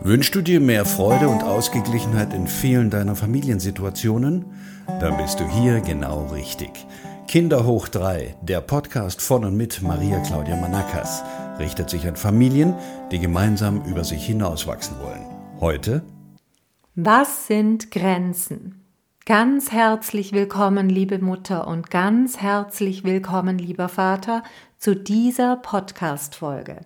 Wünschst du dir mehr Freude und Ausgeglichenheit in vielen deiner Familiensituationen? Dann bist du hier genau richtig. Kinder hoch 3, der Podcast von und mit Maria Claudia Manakas, richtet sich an Familien, die gemeinsam über sich hinauswachsen wollen. Heute: Was sind Grenzen? Ganz herzlich willkommen, liebe Mutter, und ganz herzlich willkommen, lieber Vater, zu dieser Podcast-Folge.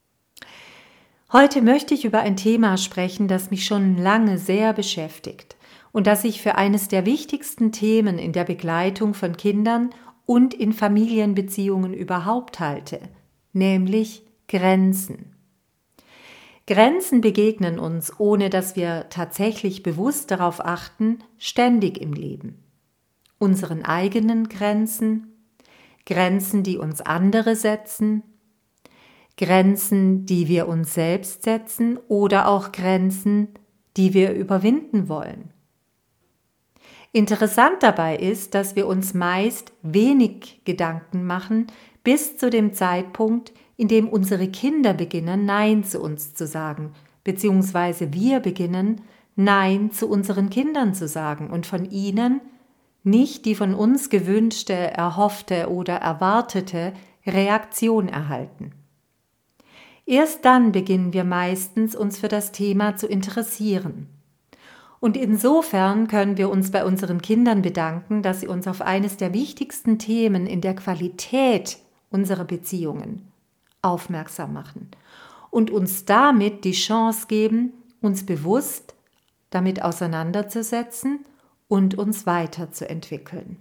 Heute möchte ich über ein Thema sprechen, das mich schon lange sehr beschäftigt und das ich für eines der wichtigsten Themen in der Begleitung von Kindern und in Familienbeziehungen überhaupt halte, nämlich Grenzen. Grenzen begegnen uns, ohne dass wir tatsächlich bewusst darauf achten, ständig im Leben. Unseren eigenen Grenzen, Grenzen, die uns andere setzen, Grenzen, die wir uns selbst setzen oder auch Grenzen, die wir überwinden wollen. Interessant dabei ist, dass wir uns meist wenig Gedanken machen, bis zu dem Zeitpunkt, in dem unsere Kinder beginnen, Nein zu uns zu sagen, beziehungsweise wir beginnen, Nein zu unseren Kindern zu sagen und von ihnen nicht die von uns gewünschte, erhoffte oder erwartete Reaktion erhalten. Erst dann beginnen wir meistens, uns für das Thema zu interessieren. Und insofern können wir uns bei unseren Kindern bedanken, dass sie uns auf eines der wichtigsten Themen in der Qualität unserer Beziehungen aufmerksam machen und uns damit die Chance geben, uns bewusst damit auseinanderzusetzen und uns weiterzuentwickeln.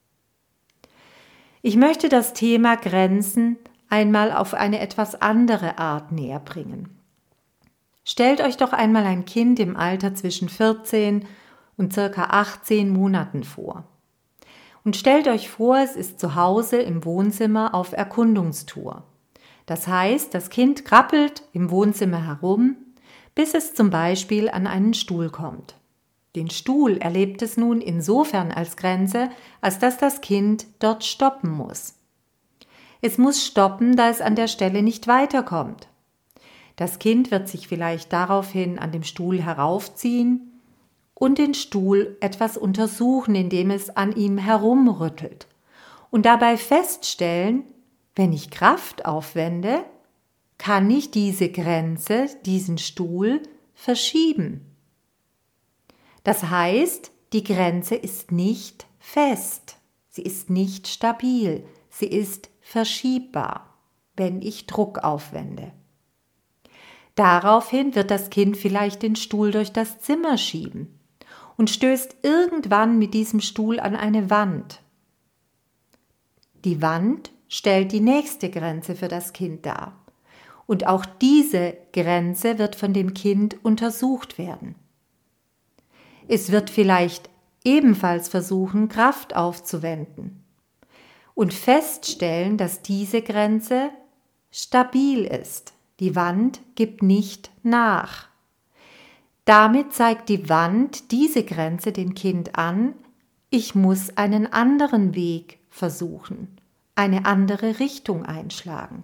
Ich möchte das Thema Grenzen einmal auf eine etwas andere Art näher bringen. Stellt euch doch einmal ein Kind im Alter zwischen 14 und ca. 18 Monaten vor. Und stellt euch vor, es ist zu Hause im Wohnzimmer auf Erkundungstour. Das heißt, das Kind krabbelt im Wohnzimmer herum, bis es zum Beispiel an einen Stuhl kommt. Den Stuhl erlebt es nun insofern als Grenze, als dass das Kind dort stoppen muss. Es muss stoppen, da es an der Stelle nicht weiterkommt. Das Kind wird sich vielleicht daraufhin an dem Stuhl heraufziehen und den Stuhl etwas untersuchen, indem es an ihm herumrüttelt und dabei feststellen, wenn ich Kraft aufwende, kann ich diese Grenze, diesen Stuhl verschieben. Das heißt, die Grenze ist nicht fest, sie ist nicht stabil, sie ist verschiebbar, wenn ich Druck aufwende. Daraufhin wird das Kind vielleicht den Stuhl durch das Zimmer schieben und stößt irgendwann mit diesem Stuhl an eine Wand. Die Wand stellt die nächste Grenze für das Kind dar. Und auch diese Grenze wird von dem Kind untersucht werden. Es wird vielleicht ebenfalls versuchen, Kraft aufzuwenden und feststellen, dass diese Grenze stabil ist. Die Wand gibt nicht nach. Damit zeigt die Wand diese Grenze dem Kind an, ich muss einen anderen Weg versuchen, eine andere Richtung einschlagen.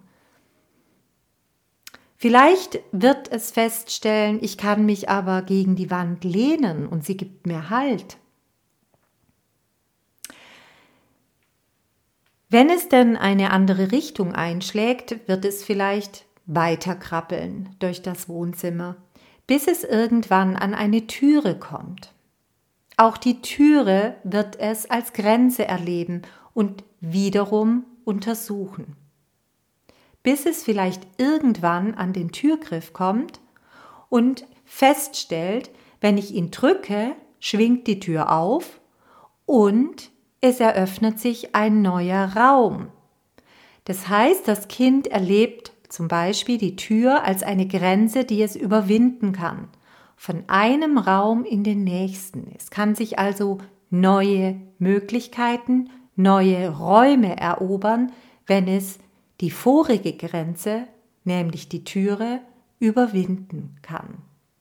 Vielleicht wird es feststellen, ich kann mich aber gegen die Wand lehnen und sie gibt mir Halt. Wenn es denn eine andere Richtung einschlägt, wird es vielleicht weiterkrabbeln durch das Wohnzimmer, bis es irgendwann an eine Türe kommt. Auch die Türe wird es als Grenze erleben und wiederum untersuchen. Bis es vielleicht irgendwann an den Türgriff kommt und feststellt, wenn ich ihn drücke, schwingt die Tür auf und es eröffnet sich ein neuer Raum. Das heißt, das Kind erlebt zum Beispiel die Tür als eine Grenze, die es überwinden kann, von einem Raum in den nächsten. Es kann sich also neue Möglichkeiten, neue Räume erobern, wenn es die vorige Grenze, nämlich die Türe, überwinden kann.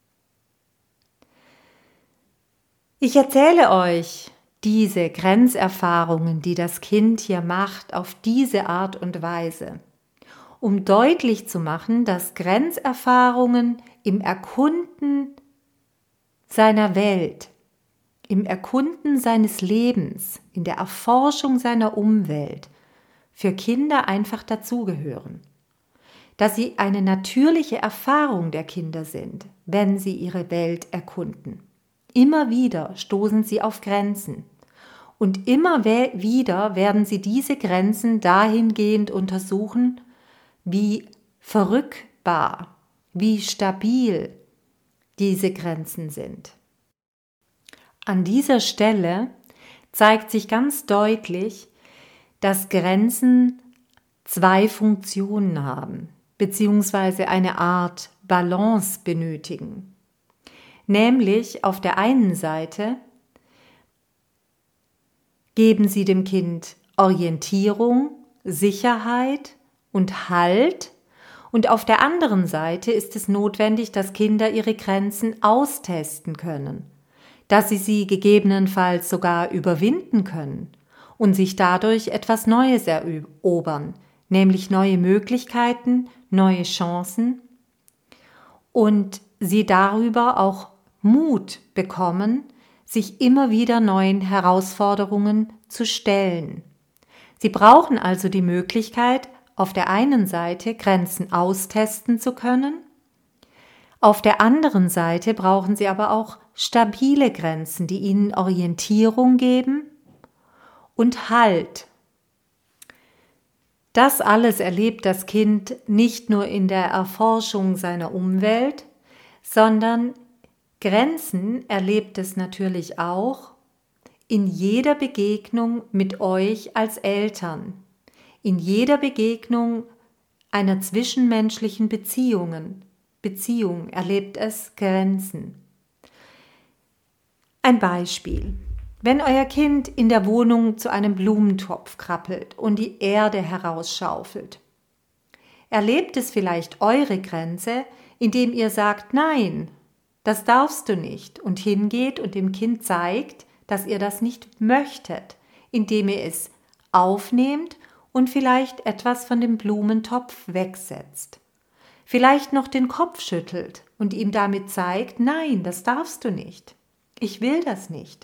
Ich erzähle euch diese Grenzerfahrungen, die das Kind hier macht, auf diese Art und Weise, um deutlich zu machen, dass Grenzerfahrungen im Erkunden seiner Welt, im Erkunden seines Lebens, in der Erforschung seiner Umwelt für Kinder einfach dazugehören. Dass sie eine natürliche Erfahrung der Kinder sind, wenn sie ihre Welt erkunden. Immer wieder stoßen sie auf Grenzen und immer wieder werden sie diese Grenzen dahingehend untersuchen, wie verrückbar, wie stabil diese Grenzen sind. An dieser Stelle zeigt sich ganz deutlich, dass Grenzen zwei Funktionen haben, beziehungsweise eine Art Balance benötigen. Nämlich auf der einen Seite geben sie dem Kind Orientierung, Sicherheit und Halt, und auf der anderen Seite ist es notwendig, dass Kinder ihre Grenzen austesten können, dass sie gegebenenfalls sogar überwinden können und sich dadurch etwas Neues erobern, nämlich neue Möglichkeiten, neue Chancen und sie darüber auch Mut bekommen, sich immer wieder neuen Herausforderungen zu stellen. Sie brauchen also die Möglichkeit, auf der einen Seite Grenzen austesten zu können, auf der anderen Seite brauchen sie aber auch stabile Grenzen, die ihnen Orientierung geben und Halt. Das alles erlebt das Kind nicht nur in der Erforschung seiner Umwelt, sondern Grenzen erlebt es natürlich auch in jeder Begegnung mit euch als Eltern, in jeder Begegnung einer zwischenmenschlichen Beziehung erlebt es Grenzen. Ein Beispiel. Wenn euer Kind in der Wohnung zu einem Blumentopf krabbelt und die Erde herausschaufelt, erlebt es vielleicht eure Grenze, indem ihr sagt, nein, das darfst du nicht, und hingeht und dem Kind zeigt, dass ihr das nicht möchtet, indem ihr es aufnehmt und vielleicht etwas von dem Blumentopf wegsetzt. Vielleicht noch den Kopf schüttelt und ihm damit zeigt, nein, das darfst du nicht. Ich will das nicht.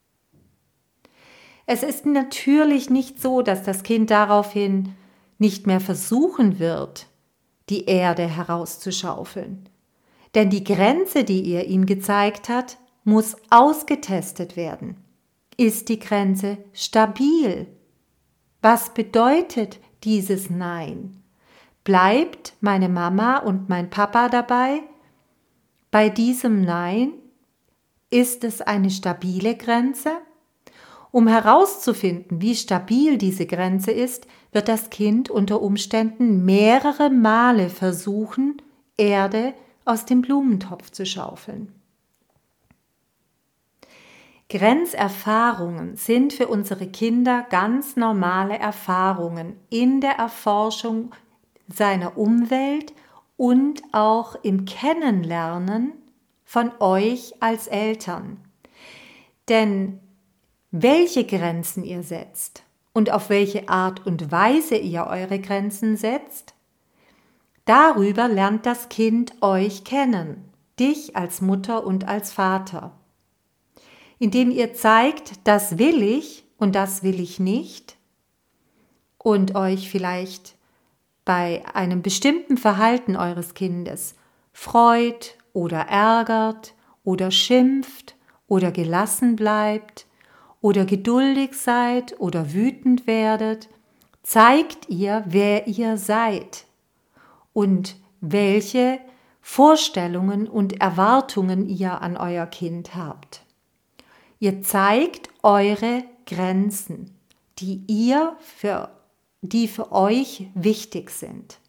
Es ist natürlich nicht so, dass das Kind daraufhin nicht mehr versuchen wird, die Erde herauszuschaufeln. Denn die Grenze, die ihr ihm gezeigt habt, muss ausgetestet werden. Ist die Grenze stabil? Was bedeutet dieses Nein? Bleibt meine Mama und mein Papa dabei? Bei diesem Nein ist es eine stabile Grenze? Um herauszufinden, wie stabil diese Grenze ist, wird das Kind unter Umständen mehrere Male versuchen, Erde aus dem Blumentopf zu schaufeln. Grenzerfahrungen sind für unsere Kinder ganz normale Erfahrungen in der Erforschung seiner Umwelt und auch im Kennenlernen von euch als Eltern. Denn welche Grenzen ihr setzt und auf welche Art und Weise ihr eure Grenzen setzt, darüber lernt das Kind euch kennen, dich als Mutter und als Vater. Indem ihr zeigt, das will ich und das will ich nicht und euch vielleicht bei einem bestimmten Verhalten eures Kindes freut oder ärgert oder schimpft oder gelassen bleibt oder geduldig seid oder wütend werdet, zeigt ihr, wer ihr seid und welche Vorstellungen und Erwartungen ihr an euer Kind habt. Ihr zeigt eure Grenzen, die für euch wichtig sind.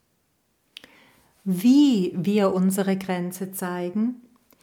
Wie wir unsere Grenze zeigen,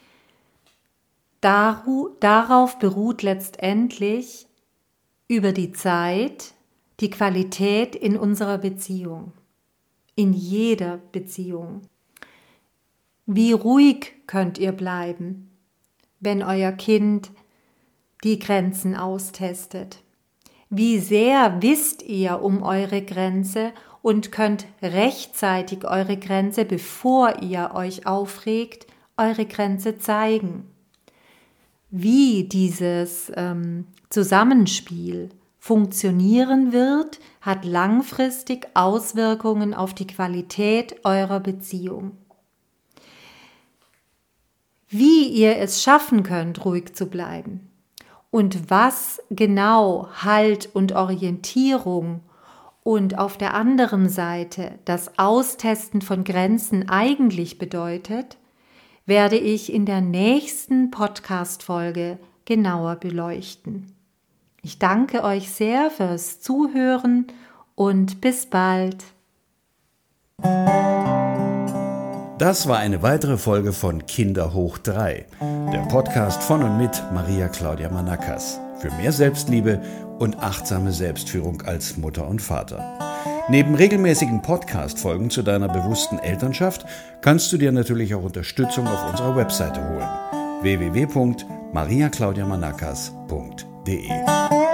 darauf beruht letztendlich über die Zeit die Qualität in unserer Beziehung, in jeder Beziehung. Wie ruhig könnt ihr bleiben, wenn euer Kind die Grenzen austestet? Wie sehr wisst ihr um eure Grenze und könnt rechtzeitig eure Grenze, bevor ihr euch aufregt, eure Grenze zeigen. Wie dieses Zusammenspiel funktionieren wird, hat langfristig Auswirkungen auf die Qualität eurer Beziehung. Wie ihr es schaffen könnt, ruhig zu bleiben und was genau Halt und Orientierung und auf der anderen Seite das Austesten von Grenzen eigentlich bedeutet, werde ich in der nächsten Podcast-Folge genauer beleuchten. Ich danke euch sehr fürs Zuhören und bis bald. Das war eine weitere Folge von Kinder hoch 3, der Podcast von und mit Maria Claudia Manakas für mehr Selbstliebe und achtsame Selbstführung als Mutter und Vater. Neben regelmäßigen Podcast-Folgen zu deiner bewussten Elternschaft kannst du dir natürlich auch Unterstützung auf unserer Webseite holen: www.mariaclaudiamanakas.de